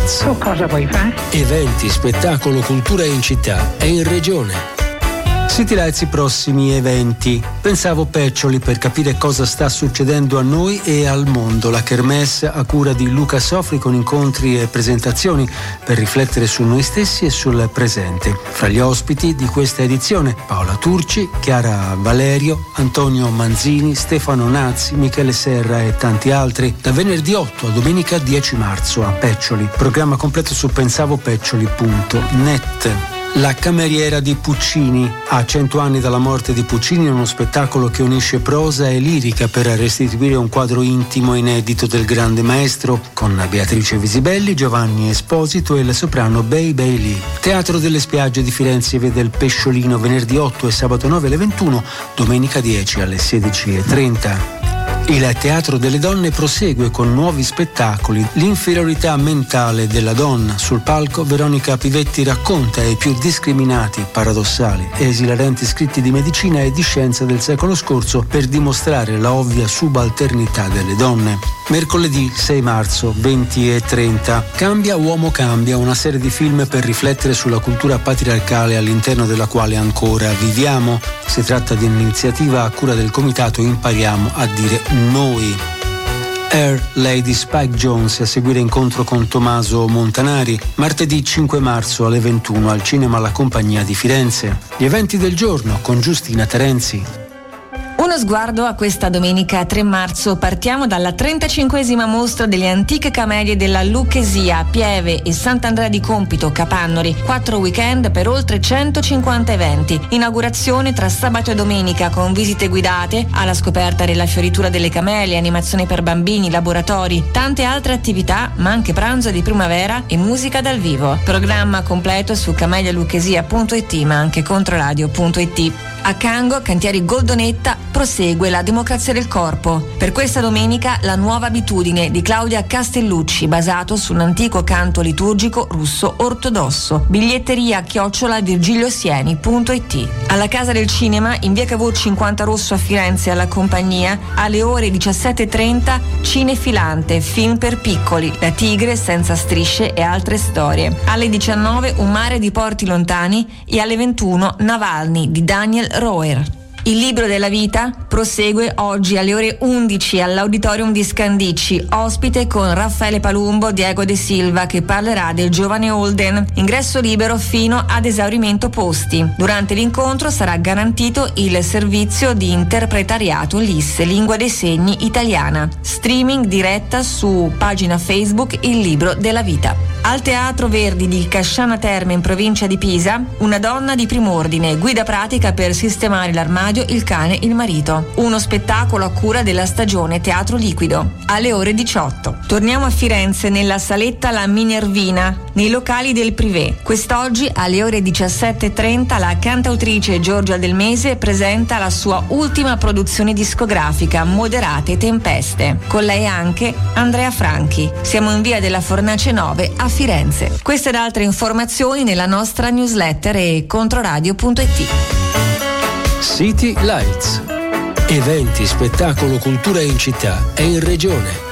Lights. Tu cosa vuoi fare? Eventi, spettacolo, cultura in città e in regione. City Lights, i prossimi eventi. Pensavo Peccioli per capire cosa sta succedendo a noi e al mondo. La kermesse a cura di Luca Sofri con incontri e presentazioni per riflettere su noi stessi e sul presente. Fra gli ospiti di questa edizione Paola Turci, Chiara Valerio, Antonio Manzini, Stefano Nazzi, Michele Serra e tanti altri. Da venerdì 8 a domenica 10 marzo a Peccioli. Programma completo su pensavopeccioli.net. La cameriera di Puccini. A 100 anni dalla morte di Puccini, uno spettacolo che unisce prosa e lirica per restituire un quadro intimo inedito del grande maestro, con Beatrice Visibelli, Giovanni Esposito e la soprano Bei Lee. Teatro delle Spiagge di Firenze vede il Pesciolino venerdì 8 e sabato 9 alle 21, domenica 10 alle 16:30. Il Teatro delle Donne prosegue con nuovi spettacoli. L'inferiorità mentale della donna. Sul palco Veronica Pivetti racconta i più discriminati, paradossali e esilaranti scritti di medicina e di scienza del secolo scorso per dimostrare la ovvia subalternità delle donne. Mercoledì 6 marzo 20:30. Cambia uomo cambia, una serie di film per riflettere sulla cultura patriarcale all'interno della quale ancora viviamo. Si tratta di un'iniziativa a cura del comitato Impariamo a dire noi. Air Lady Spike Jonze, a seguire incontro con Tommaso Montanari, martedì 5 marzo alle 21 al Cinema La Compagnia di Firenze. Gli eventi del giorno con Giustina Terenzi. Uno sguardo a questa domenica 3 marzo. Partiamo dalla 35esima mostra delle antiche camelie della Lucchesia a Pieve e Sant'Andrea di Compito, Capannori. 4 weekend per oltre 150 eventi. Inaugurazione tra sabato e domenica con visite guidate alla scoperta della fioritura delle camelie, animazioni per bambini, laboratori, tante altre attività, ma anche pranzo di primavera e musica dal vivo. Programma completo su camelialucchesia.it, ma anche controradio.it. A Cango, Cantieri Goldonetta, prosegue la democrazia del corpo. Per questa domenica la nuova abitudine di Claudia Castellucci, basato su un antico canto liturgico russo ortodosso. Biglietteria @virgiliosieni.it. Alla Casa del Cinema, in via Cavour 50 Rosso a Firenze, alla Compagnia, alle ore 17:30, Cinefilante, film per piccoli, La tigre senza strisce e altre storie. Alle 19 Un mare di porti lontani e alle 21 Navalny di Daniel Roer. Il libro della vita prosegue oggi alle ore 11 all'Auditorium di Scandicci, ospite con Raffaele Palumbo, Diego De Silva, che parlerà del giovane Holden. Ingresso libero fino ad esaurimento posti. Durante l'incontro sarà garantito il servizio di interpretariato LIS, lingua dei segni italiana. Streaming diretta su pagina Facebook Il libro della vita. Al Teatro Verdi di Casciana Terme in provincia di Pisa, Una donna di prim'ordine, guida pratica per sistemare l'armadio, il cane, il marito. Uno spettacolo a cura della stagione Teatro Liquido. Alle ore 18. Torniamo a Firenze nella saletta La Minervina, nei locali del Privé. Quest'oggi alle ore 17:30 la cantautrice Giorgia Del Mese presenta la sua ultima produzione discografica, Moderate Tempeste. Con lei anche Andrea Franchi. Siamo in via della Fornace 9 a Firenze. Queste ed altre informazioni nella nostra newsletter e controradio.it. City Lights. Eventi, spettacolo, cultura in città e in regione.